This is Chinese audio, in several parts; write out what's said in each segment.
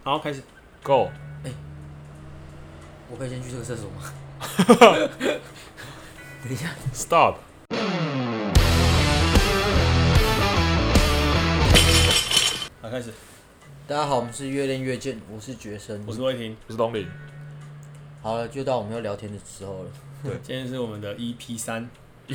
好，开始 ，Go。 我可以先去这个厕所吗？等一下 ，Stop。 好，开始。 大家好，我们是越练越健，我是觉生， 我是魏婷， 我是东林。 好了，就到我们要聊天的时候了。 对，今天是我们的 EP3，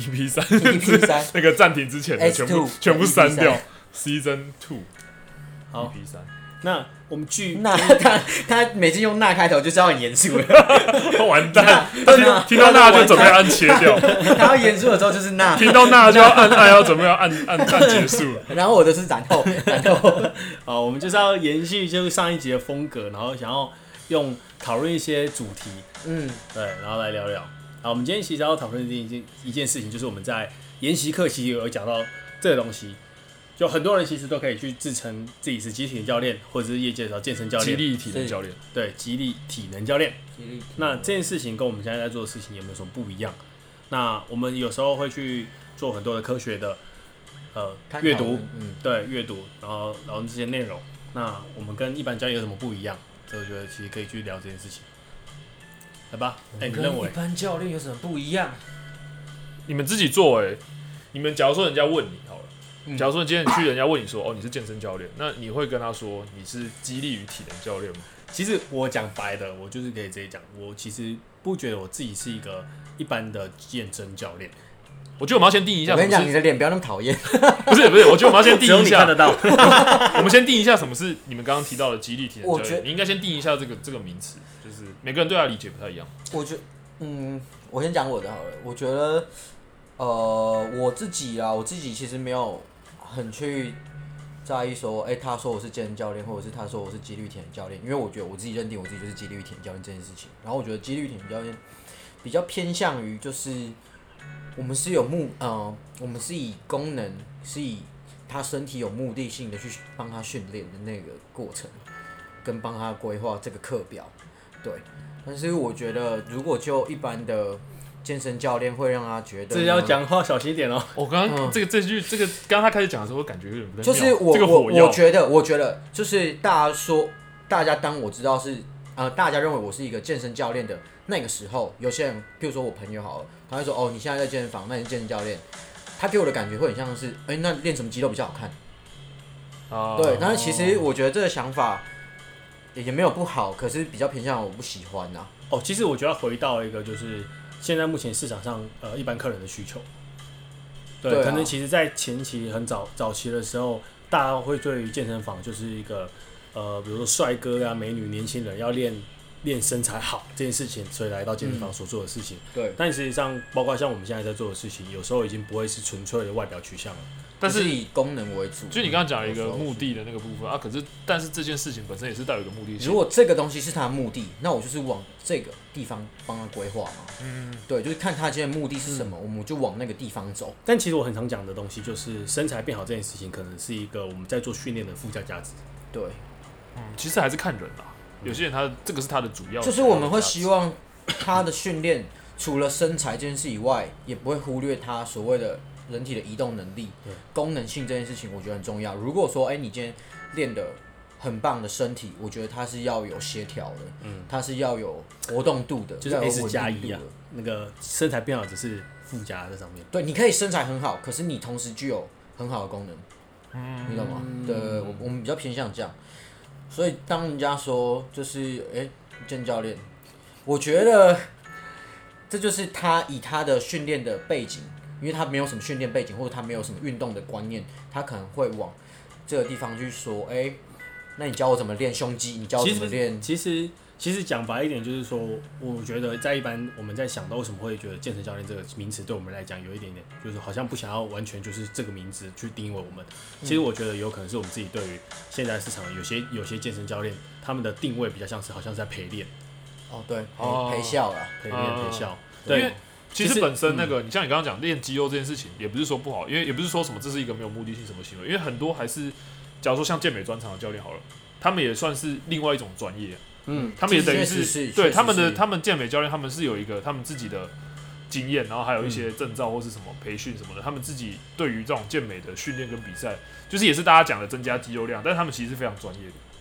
EP3 那个暂停之前的全部删掉 ，Season 2。 好 EP3。 那我们那他每次用那开头就是要很严肃的， 完蛋，听到那就准备按切掉， 他要严肃的时候就是那， 听到那就要按，要准备要按结束。 然后我的是然后， 好，我们就是要延续就是上一集的风格，然后想要用讨论一些主题，对，然后来聊聊。好，我们今天其实要讨论的一件事情，就是我们在研习课其实有讲到这个东西。就很多人其实都可以去自称自己是肌体能教练，或者是业界的健身教练、 肌力体能教练。 对，肌力体能教练。那这件事情跟我们现在在做的事情有没有什么不一样？那我们有时候会去做很多的科学的阅读，对，阅读，然后讨论这些内容。那我们跟一般教练有什么不一样？所以我觉得其实可以去聊这件事情。来吧，你认为跟一般教练有什么不一样？ 你们自己做你们假如说人家问你好了。假如说今天去人家问你说，你是健身教练，那你会跟他说你是肌力与体能教练吗？ 其实我讲白的，我就是可以直接讲，我其实不觉得我自己是一个一般的健身教练。 我觉得我们要先定义一下。 我跟你讲，你的脸不要那么讨厌。 不是，我觉得我们要先定义一下。 只有你看得到。 我们先定义一下什么是你们刚刚提到的肌力体能教练。你应该先定义一下这个名词，就是每个人对他的理解不太一样。 我觉得，我先讲我的好了。我觉得，我自己其实没有很去在意说，他说我是健身教练，或者是他说我是肌力体能教练，因为我觉得我自己认定我自己就是肌力体能教练这件事情。然后我觉得肌力体能教练比较偏向于就是我们是有我们是以功能，是以他身体有目的性的去帮他训练的那个过程，跟帮他规划这个课表，对。但是我觉得如果就一般的健身教练会让他觉得， 这要讲话小心一点哦。 我刚刚这句刚刚他开始讲的时候，我感觉有点不太妙。 就是我觉得就是大家当我知道是大家认为我是一个健身教练的那个时候，有些人，譬如说我朋友好了，他会说你现在在健身房，那你是健身教练，他给我的感觉会很像是那练什么肌肉比较好看。对，但是其实我觉得这个想法也没有不好，可是比较偏向我不喜欢呐。 其实我觉得要回到一个就是现在目前市场上一般客人的需求。对，可能其实在前期很早期的时候，大家会对于健身房就是一个比如说帅哥啊、美女、年轻人要练身材好这件事情，所以来到健身房所做的事情。 对， 但实际上，包括像我们现在在做的事情，有时候已经不会是纯粹的外表取向了。 但是以功能为主， 就你刚刚讲了一个目的的那个部分可是但是这件事情本身也是带有一个目的性。 如果这个东西是他的目的，那我就是往这个地方帮他规划嘛。对，就是看他今天的目的是什么，我们就往那个地方走。 但其实我很常讲的东西，就是身材变好这件事情，可能是一个我们在做训练的附加价值。 对， 其实还是看人啦。有些人这个是他的主要， 就是我们会希望他的训练除了身材这件事以外，也不会忽略他所谓的人体的移动能力、功能性这件事情，我觉得很重要。如果说，你今天练的很棒的身体，我觉得它是要有协调的，它是要有活动度的， 就是 S+1啊，那个身材变好只是附加在上面。 对，你可以身材很好，可是你同时具有很好的功能，你懂吗？对，我们比较偏向这样。所以当人家说就是健教练，我觉得这就是他以他的训练的背景。因为他没有什么训练背景，或者他没有什么运动的观念，他可能会往这个地方去说，那你教我怎么练胸肌？你教我怎么练？ 其实讲白一点，就是说，我觉得在一般我们在想到为什么会觉得健身教练这个名词对我们来讲有一点点，就是好像不想要完全就是这个名字去定义我们。其实我觉得有可能是我们自己对于现在市场有些健身教练，他们的定位比较像是好像是在陪练。 对，陪笑啦， 陪练陪笑。 对。其实本身你像你刚刚讲练肌肉这件事情，也不是说不好，因为也不是说什么这是一个没有目的性什么行为，因为很多还是，假如说像健美专场的教练好了，他们也算是另外一种专业，他们也等于是对他们健美教练，他们是有一个他们自己的经验，然后还有一些证照或是什么培训什么的，他们自己对于这种健美的训练跟比赛，就是也是大家讲的增加肌肉量，但是他们其实是非常专业的。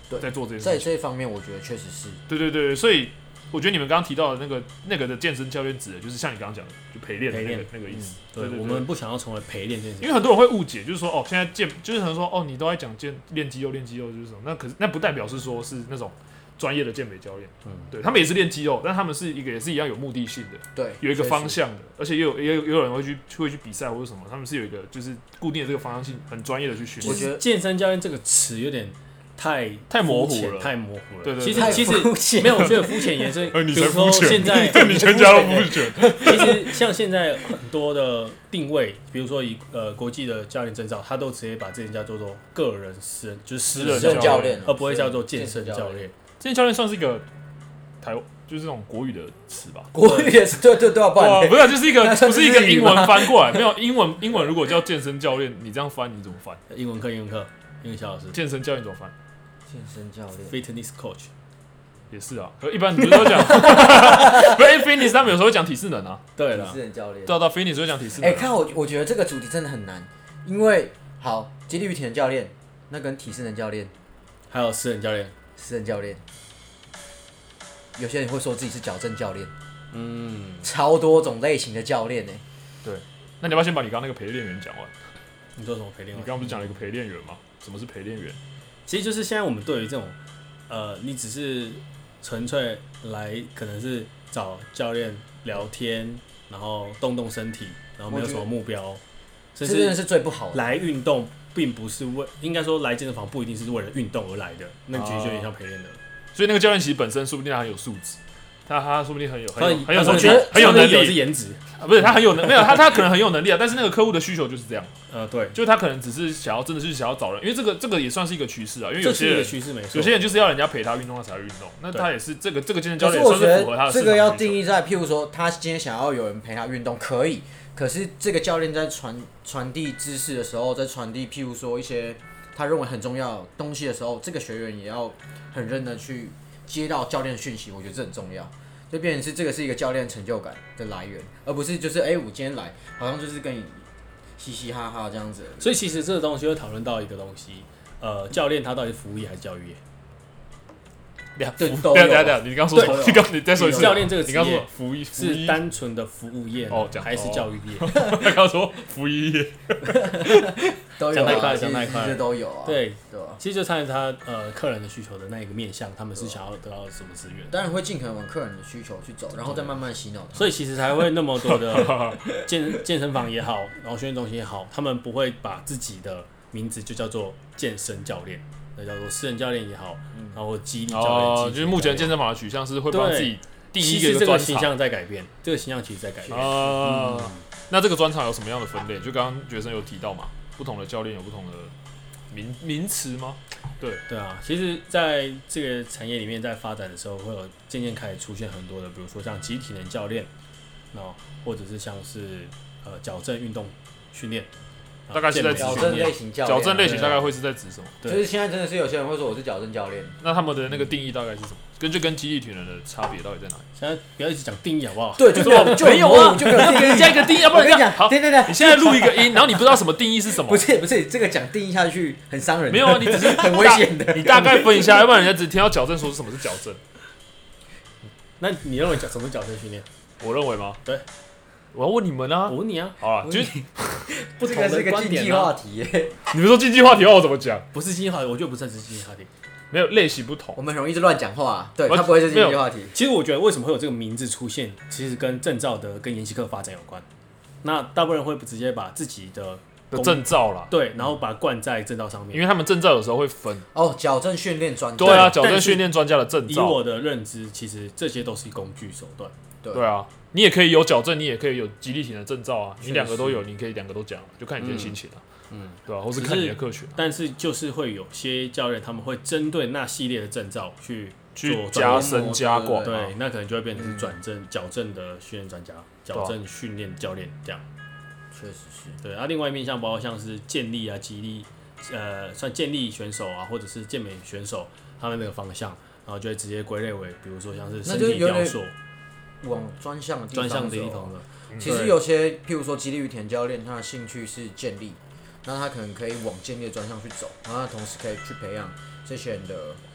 在做这件事情。 在这一方面，我觉得确实是。 对，所以我觉得你们刚刚提到的那个的健身教练指的就是像你刚刚讲的，就陪练的那个意思。 对，我们不想要成为陪练这件事情， 因为很多人会误解，就是说现在就是可能说你都在讲练肌肉就是什么，那不代表是说是那种专业的健美教练，对他们也是练肌肉，但他们是也是一样有目的性的， 对， 有一个方向的，而且也有人会去比赛或者什么，他们是有一个就是固定的这个方向性，很专业的去训练。 我觉得健身教练这个词有点太模糊了， 太模糊了。 对， 其实没有，我觉得肤浅也是。 你比如说现在你全家都肤浅。 其实像现在很多的定位，比如说以国际的教练证照，他都直接把这人叫做个人私人教练，而不会叫做健身教练。 健身教练算是一个就是这种国语的词吧？ 国语也是，对，不然不是，就是一个不是一个英文翻过来，没有英文如果叫健身教练，你这样翻你怎么翻？ 英文课，英文小老师， 健身教练怎么翻？ 健身教练 ，fitness coach 也是啊。可一般不是都讲，不是 fitness 他们有时候会讲体适能啊。 对了，体适能教练， 到 fitness 会讲体适能。 看我觉得这个主题真的很难，因为好，肌力与体能教练，那跟体适能教练， 还有私人教练，有些人会说自己是矫正教练，超多种类型的教练呢。 对，那你要不要先把你刚刚那个陪练员讲完？ 你说什么陪练员？ 你刚刚不是讲了一个陪练员吗？什么是陪练员？ 其实就是现在我们对于这种，你只是纯粹来可能是找教练聊天，然后动身体，然后没有什么目标， 这真的是最不好的。 来运动并不是应该说来健身房不一定是为了运动而来的，那其实就有点像陪练的。 所以那个教练其实本身说不定他很有素质，他说不定很有我觉得很有能力， 是颜值啊，不是他很有没有他可能很有能力啊，但是那个客户的需求就是这样， 对， 就是他可能只是真的是想要找人，因为这个也算是一个趋势啊，因为有些人有些人就是要人家陪他运动他才会运动，那他也是这个健身教练也算是符合他的市场需求。 这个要定义在，譬如说他今天想要有人陪他运动可以，可是这个教练在传递知识的时候，在传递譬如说一些他认为很重要的东西的时候，这个学员也要很认真去接到教练的讯息，我觉得这很重要，就变成是这个是一个教练成就感的来源，而不是就是我今天来好像就是跟你嘻嘻哈哈这样子。 所以其实这个东西会讨论到一个东西，教练他到底是服务业还是教育业？ 对， 你刚说什么？你再说一次。 教练这个职业是单纯的服务业还是教育业？ 他刚说服务业， 都有啊， 讲太快， 都有啊。 对，其实就看他客人的需求的那一个面向，他们是想要得到什么资源。 当然会尽可能往客人的需求去走，然后再慢慢洗脑他。 所以其实才会那么多的健身房也好，然后训练中心也好，他们不会把自己的名字就叫做健身教练。叫做私人教练也好，然后肌力教练， 就是目前健身房的取向是会帮自己定义一个专场。 这个形象在改变，这个形象其实在改变。 那这个专场有什么样的分类？就刚刚学生有提到嘛，不同的教练有不同的名词吗？对啊，其实在这个产业里面在发展的时候，会有渐渐开始出现很多的，比如说像集体能教练，或者是像是矫正运动训练。 大概是在矫正类型教练， 矫正类型大概会是在指什么？ 就是现在真的是有些人会说我是矫正教练， 那他们的那个定义大概是什么？跟肌力体能的差别到底在哪里？ 现在不要一直讲定义好不好？ 对，就没有啊，就没有定义， 加一个定义，要不然跟你讲， 好， 对， 你现在录一个音，然后你不知道什么定义是什么？ 不是，这个讲定义下去很伤人。 没有啊，你只是很危险的。 你大概分一下，要不然人家只听到矫正说什么是矫正。 那你认为什么是矫正训练？ 我认为吗？ 对。 我要问你们啊！ 我问你啊！ 好了，就是不同的观点竞技话题耶。 你们说竞技话题要我怎么讲？ 不是竞技话题，我觉得不算是竞技话题。 没有类型不同， 我们很容易就乱讲话。对，它不会是竞技话题。 其实我觉得为什么会有这个名字出现，其实跟证照的跟研习课发展有关。那大部分人会直接把自己的证照啦， 对，然后把它冠在证照上面， 因为他们证照有时候会分矫正训练专家。 对啊，矫正训练专家的证照。 以我的认知，其实这些都是工具手段。 对啊，你也可以有矫正，你也可以有肌力体能证照啊，你两个都有，你可以两个都讲，就看你今天心情啊。对吧？或是看你的客群。 但是就是会有些教练，他们会针对那系列的证照去加深加广， 对，那可能就会变成是矫正的训练专家、矫正训练教练这样。 确实是。 对，另外一面向包括像是健力啊、肌力，算健力选手啊，或者是健美选手，他们那个方向，然后就会直接归类为，比如说像是身体雕塑， 往专项的地方了。 其实有些，譬如说肌力与体能教练，他的兴趣是健力，那他可能可以往健力的专项去走，然后他同时可以去培养这些人的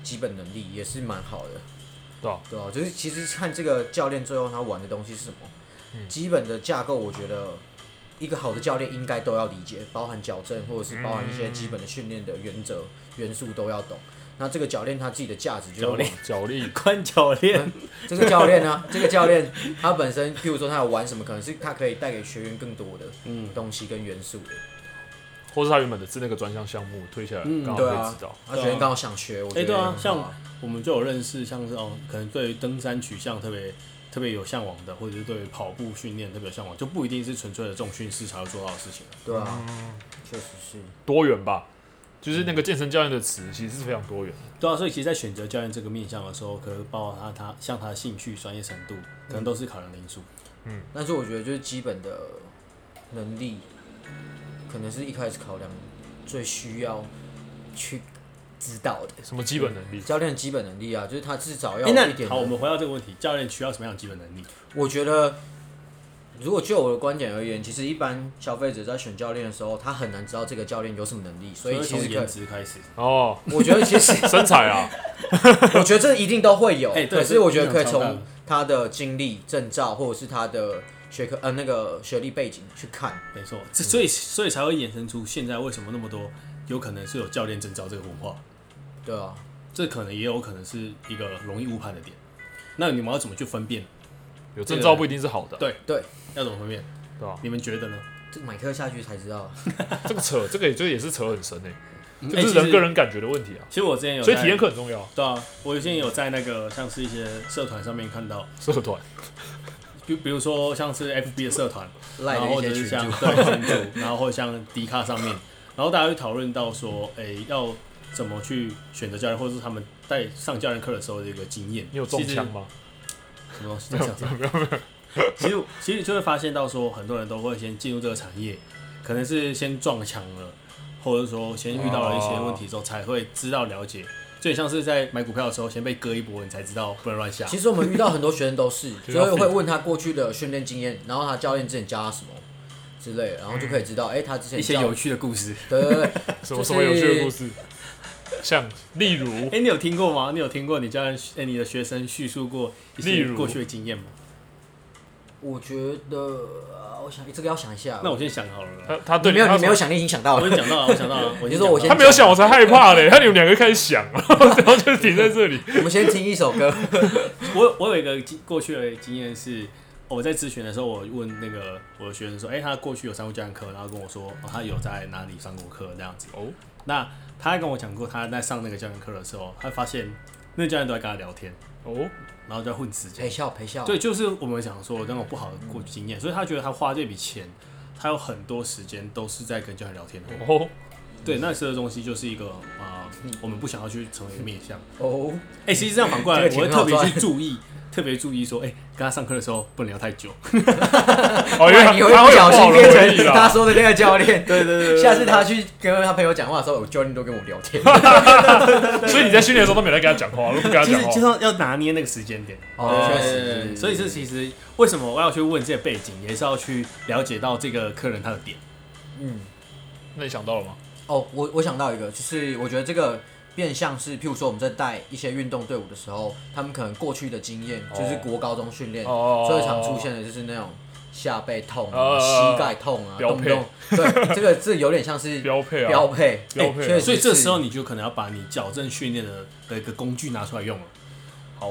基本能力也是蛮好的。 对啊， 对啊，就是其实看这个教练最后他玩的东西是什么，基本的架构，我觉得一个好的教练应该都要理解，包含矫正或者是包含一些基本的训练的原则、元素都要懂。那这个教练他自己的价值就教练， 关教练， 这个教练呢，这个教练他本身，譬如说他有玩什么，可能是他可以带给学员更多的东西跟元素的， 或是他原本的是那个专项项目推下来，刚好可以知道。 他学员刚好想学，我觉得对啊，像我们就有认识，像是可能对于登山取向特别有向往的，或者是对于跑步训练特别有向往，就不一定是纯粹的重训师才会做到的事情。 对啊，确实是多元吧。就是那个健身教练的词，其实是非常多元的。 对啊，所以其实，在选择教练这个面向的时候，可能包括他像他的兴趣、专业程度，可能都是考量的因素。 但是我觉得就是基本的能力，可能是一开始考量最需要去知道的。 什么基本能力？ 教练的基本能力啊，就是他至少要有一点。 好，我们回到这个问题，教练需要什么样的基本能力？ 我觉得。如果就我的观点而言，其实一般消费者在选教练的时候，他很难知道这个教练有什么能力，所以其实从颜值开始。 我觉得其实身材啊， 我觉得这一定都会有。可是我觉得可以从他的经历、证照或者是他的那个学历背景去看。 没错，所以才会衍生出现在为什么那么多有可能是有教练证照这个文化。 对啊， 这可能也有可能是一个容易误判的点。那你们要怎么去分辨？ 有证照不一定是好的。 对，要怎么分辨？ 对吧？ 你们觉得呢？ 这个买课下去才知道。 这个也是扯很深这是人个人感觉的问题啊。 其实我之前有， 所以体验课很重要。 对啊，我之前有在那个像是一些社团上面看到社团， 比如说像是 FB 的社团， 然后或者是像群组，然后或者像迪卡上面，然后大家会讨论到说，要怎么去选择教练，或者是他们在上教练课的时候的一个经验。 你有中枪吗？ 什么东西？没有。其实就会发现到说，很多人都会先进入这个产业，可能是先撞墙了，或者说先遇到了一些问题之后，才会知道了解。就像是在买股票的时候，先被割一波，你才知道不能乱下。 其实我们遇到很多学生都是，所以会问他过去的训练经验，然后他教练之前教他什么之类的，然后就可以知道，他之前一些有趣的故事。 对， 什么有趣的故事？像例如， 你有听过吗？你有听过你教练你的学生叙述过一些过去的经验吗？ 我觉得，我想这个要想一下。 那我先想好了。 他对你没有想，你已经想到了。 我想到了。 你说我先， 他没有想，我才害怕嘞。你们两个开始想，然后就停在这里。 我们先听一首歌。 我有一个过去的经验是，我在咨询的时候，我问那个我的学生说，他过去有上过教练课，然后跟我说，他有在哪里上过课这样子。那他还跟我讲过，他在上那个教练课的时候，他发现那个教练都在跟他聊天。然后在混时间， 陪笑。 对，就是我们讲说那种不好的过去经验，所以他觉得他花这笔钱，他有很多时间都是在跟教练聊天的。对，那些的东西就是一个我们不想要去成为的面向。其实这样反过来，我会特别去注意说，跟他上课的时候不能聊太久。 因为你会不小心变成他说的那个教练。 对。 下次他去跟他朋友讲话的时候，教练都跟我聊天。 所以你在训练的时候都没来跟他讲话，都不跟他讲话。 其实要拿捏那个时间点。 确实。 所以这其实为什么我要去问这些背景，也是要去了解到这个客人他的点。 那你想到了吗？ 我想到一个，就是我觉得这个变相是，譬如说我们在带一些运动队伍的时候，他们可能过去的经验就是国高中训练最常出现的就是那种下背痛、膝盖痛啊，动不动对这有点像是标配。 所以这时候你就可能要把你矫正训练的一个工具拿出来用了。 好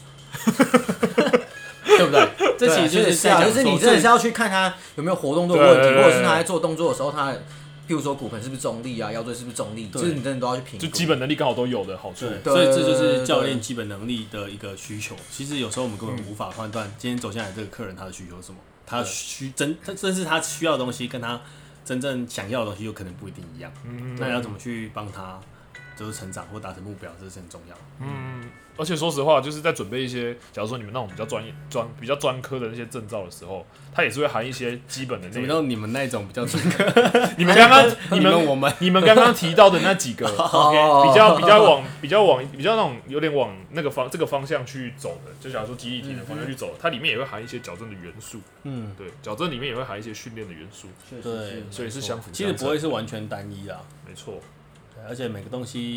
对不对？这其实就是就是你真的是要去看他有没有活动度的问题，或者是他在做动作的时候他。譬如说骨盆是不是中立啊，腰椎是不是中立，就是你真的都要去评估。 就基本能力刚好都有的好处。 所以这就是教练基本能力的一个需求。其实有时候我们根本无法判断今天走下来这个客人他的需求是什么，他真是他需要的东西跟他真正想要的东西有可能不一定一样。那要怎么去帮他就是成长或达成目标，这是很重要的。 而且说实话，就是在准备一些，假如说你们那种比较专科的那些证照的时候，它也是会含一些基本的内容。 你们那种比较专科， 你们刚刚提到的那几个，比较那种有点往这个方向去走的，就假如说肌力体能方向去走，它里面也会含一些矫正的元素。对，矫正里面也会含一些训练的元素。 对， 所以是相辅相成。 其实不会是完全单一啦。 没错。 而且每个东西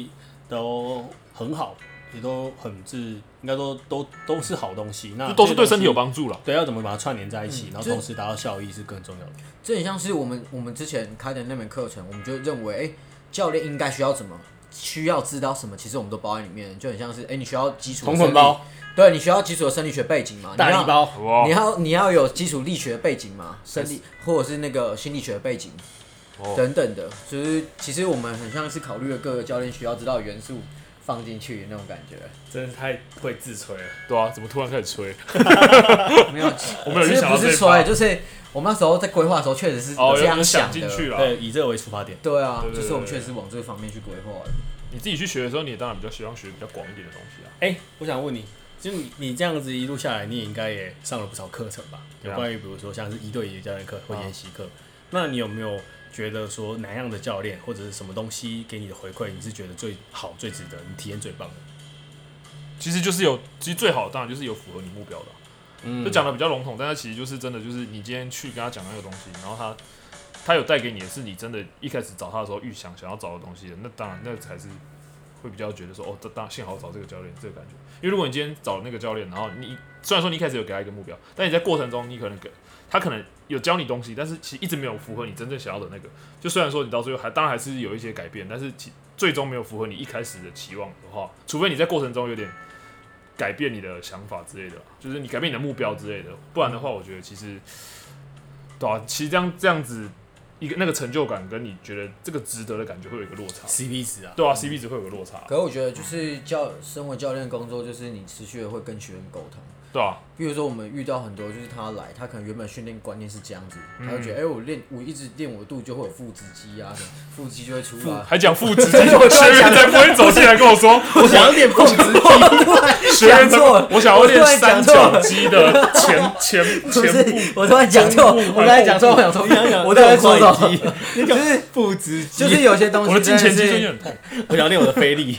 都很好，也都应该都是好东西。那都是对身体有帮助了。 对，要怎么把它串联在一起，然后同时达到效益是更重要的。 这很像是我们之前开的那门课程，我们就认为，教练应该需要知道什么，其实我们都包在里面，就很像是，你需要基础的同捆包， 对，你需要基础的生理学背景嘛， 大礼包， 你要有基础力学的背景嘛，生理或者是那个心理学的背景。等等的，就是其实我们很像是考虑了各个教练需要知道的元素放进去那种感觉。 真的太会自吹了。 对啊，怎么突然开始吹？ 没有， 我没有预想到这一趴。 不是吹，就是我们那时候在规划的时候确实是这样想进去了。 对，以这个为出发点。 对啊，就是我们确实往这个方面去规划的。 你自己去学的时候，你也当然比较希望学比较广一点的东西啊。 我想问你，就你这样子一路下来，你也应该也上了不少课程吧？有关于比如说像是1对1的教练课或研习课，那你有没有觉得说哪样的教练或者是什么东西给你的回馈，你是觉得最好、最值得、你体验最棒的？ 其实最好的当然就是有符合你目标的，就讲的比较笼统，但是其实就是真的就是你今天去跟他讲那个东西，然后他有带给你的是你真的一开始找他的时候想要找的东西的，那当然那才是会比较觉得说幸好找这个教练这个感觉，因为如果你今天找那个教练，然后你虽然说你一开始有给他一个目标，但你在过程中他可能有教你东西，但是其实一直没有符合你真正想要的那个。就虽然说你到最后当然还是有一些改变，但是最终没有符合你一开始的期望的话，除非你在过程中有点改变你的想法之类的，就是你改变你的目标之类的，不然的话，我觉得其实，对啊，其实这样子一个那个成就感跟你觉得这个值得的感觉会有一个落差 ，CP 值啊， 对啊，CP 值会有个落差。 可是我觉得就是身为教练工作，就是你持续的会跟学员沟通。 对啊， 比如说我们遇到很多，就是他可能原本训练观念是这样子，他就觉得，我一直练我的肚就会有腹直肌啊，腹肌就会出来， 还讲腹直肌，学员才不会走进来跟我说， 我想要练腹直肌， 学员我想要练三角肌的前部， 我突然讲错，我刚才讲错，我想说，我在说什么？就是腹直肌， 就是有些东西， 我的胫前肌就很痛， 我想要练我的飞力。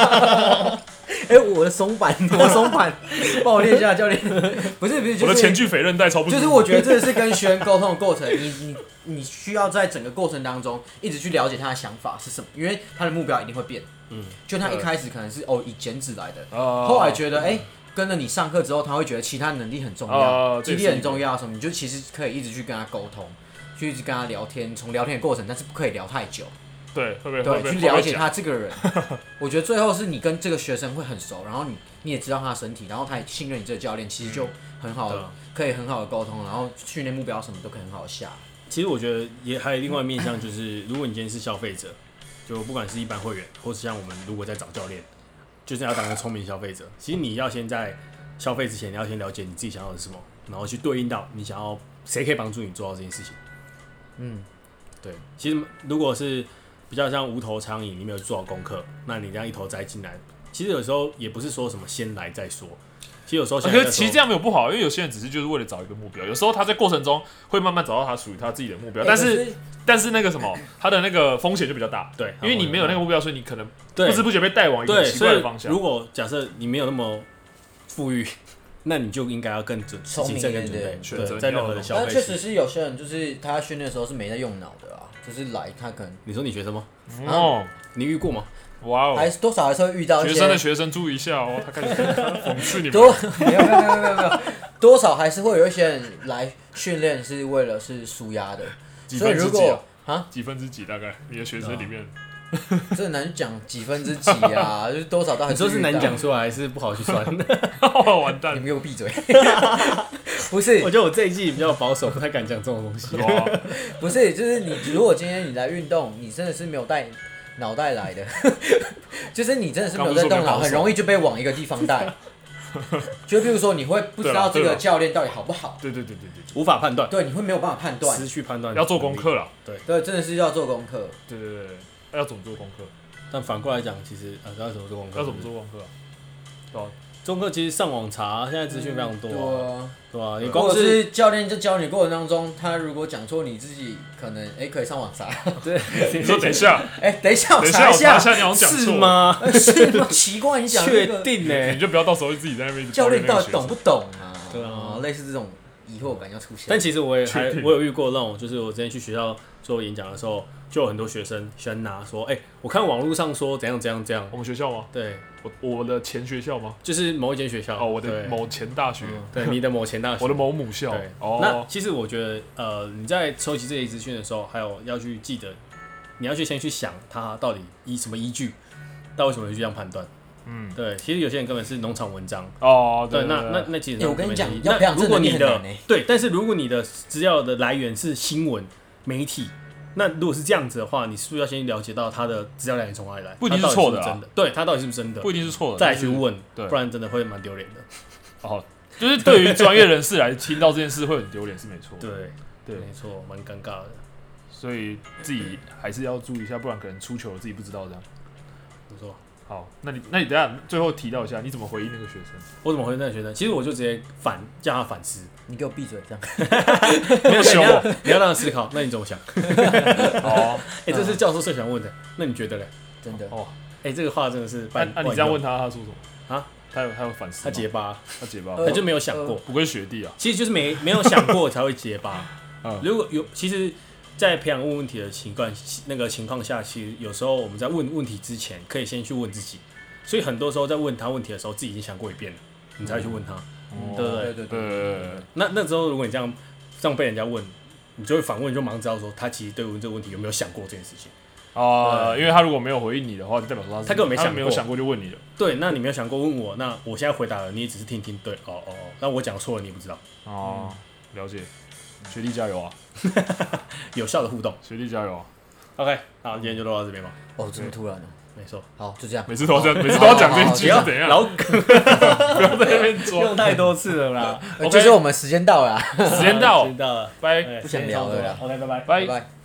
我的松板，帮我练一下，教练。不是，就是、 我的前距腓韧带超不舒服。 就是我觉得这是跟学员沟通的过程，你需要在整个过程当中一直去了解他的想法是什么，因为他的目标一定会变。就他一开始可能是以减脂来的，后来觉得跟着你上课之后，他会觉得其他能力很重要，肌力很重要什么，你就其实可以一直去跟他沟通，去一直跟他聊天，从聊天的过程，但是不可以聊太久。 对， 去了解他这个人，我觉得最后是你跟这个学生会很熟，然后你也知道他的身体，然后他也信任你这个教练，其实就很好的，可以很好的沟通，然后训练目标什么都可以很好的下。 其实我觉得也还有另外面向，就是如果你今天是消费者，就不管是一般会员，或是像我们如果在找教练，就是要当个聪明消费者。其实你要先在消费之前，你要先了解你自己想要的是什么，然后去对应到你想要谁可以帮助你做到这件事情。对，其实如果是比较像无头苍蝇，你没有做好功课，那你这样一头栽进来，其实有时候也不是说什么先来再说。其实有时候， 可是其实这样没有不好，因为有些人只是就是为了找一个目标，有时候他在过程中会慢慢找到他属于他自己的目标，但是那个什么，他的那个风险就比较大， 对， 因为你没有那个目标，所以你可能不知不觉被带往一个奇怪的方向。 如果假设你没有那么富裕，那你就应该要更聪明一点， 对，在任何的消费。 但确实是有些人就是他训练的时候是没在用脑的啊，就是来他可能。 你说你学生吗？你遇过吗？ 哇哦， 还是多少还是会遇到一些学生注意一下哦，他开始讽刺你们。 没有，多少还是会有一些人来训练是为了是舒压的，所以如果几分之几大概你的学生里面。 这很难讲几分之几啊，就是多少到。 你说是难讲出来，还是不好去算？ 完蛋！ 你们给我闭嘴！不是， 我觉得我这一季比较保守，不太敢讲这种东西。 不是，就是你如果今天你来运动，你真的是没有带脑袋来的，就是你真的是没有在动脑，很容易就被往一个地方带。就比如说，你会不知道这个教练到底好不好？ 对， 无法判断。 对，你会没有办法判断， 失去判断， 要做功课了。 对，真的是要做功课。 对，要怎么做功课？ 但反过来讲，其实要怎么做功课？ 要怎么做功课啊？对啊， 做功课其实上网查，现在资讯非常多啊，对吧？你光是教练在教你过程当中，他如果讲错，你自己可能可以上网查。 对， 你说等一下， 等一下，我查一下， 你好像讲错是吗？ 是吗？奇怪，你讲确定呢？ 你就不要到时候自己在那边。 教练到底懂不懂啊？ 对啊， 类似这种疑惑感要出现。 但其实我有遇过那种，就是我之前去学校做演讲的时候，就有很多学生喜欢拿说，我看网络上说怎样怎样怎样。 我们学校吗？ 对， 我的前学校吗？ 就是某一间学校。 我的某前大学。 对，你的某前大学。 我的某母校。 对。那其实我觉得，你在收集这些资讯的时候，还有要去记得，你要先去想它到底以什么依据，到为什么会去这样判断。对，其实有些人根本是农场文章。 对， 那其实我跟你讲，要培养如果你的对， 但是如果你的资料的来源是新闻媒体，那如果是这样子的话，你是不是要先了解到它的资料来源从哪里来？ 不一定是错的， 真的，对，它到底是不是真的？ 不一定是错的， 再去问，不然真的会蛮丢脸的。 就是对于专业人士来听到这件事会很丢脸，是没错。 对，没错，蛮尴尬的。 所以自己还是要注意一下，不然可能出糗了自己不知道这样。 没错。 好，那你等一下最后提到一下，你怎么回应那个学生？ 我怎么回应那个学生？其实我就直接叫他反思。 你给我闭嘴，这样。 没有凶我，你要让他思考。那你怎么想？这是教授最喜欢问的。那你觉得嘞？ 真的这个话真的是。 你这样问他，他说什么啊？他有反思。 他结巴， 他就没有想过。 不愧学弟啊！ 其实就是没有想过才会结巴。如果有，其实。在培养问问题的情况下，其实有时候我们在问问题之前，可以先去问自己。所以很多时候在问他问题的时候，自己已经想过一遍了，你才会去问他，对不对？那时候如果你这样被人家问，你就会反问，就马上知道说他其实对问这个问题有没有想过这件事情。 因为他如果没有回应你的话，就代表说他根本没有想过就问你了。 对，那你没有想过问我，那我现在回答了，你也只是听，对，那我讲错了，你也不知道。 了解。学弟加油啊！ 有效的互动， 学弟加油啊 ！OK， 好，今天就录到这边吧。 这么突然没错。 好，就这样。 每次都要讲这一句，怎样？ 老梗，不要在那边装， 用太多次了啦。 就是我们时间到了， 时间到了， 拜， 不想聊了啦。 OK， 拜拜。 拜拜。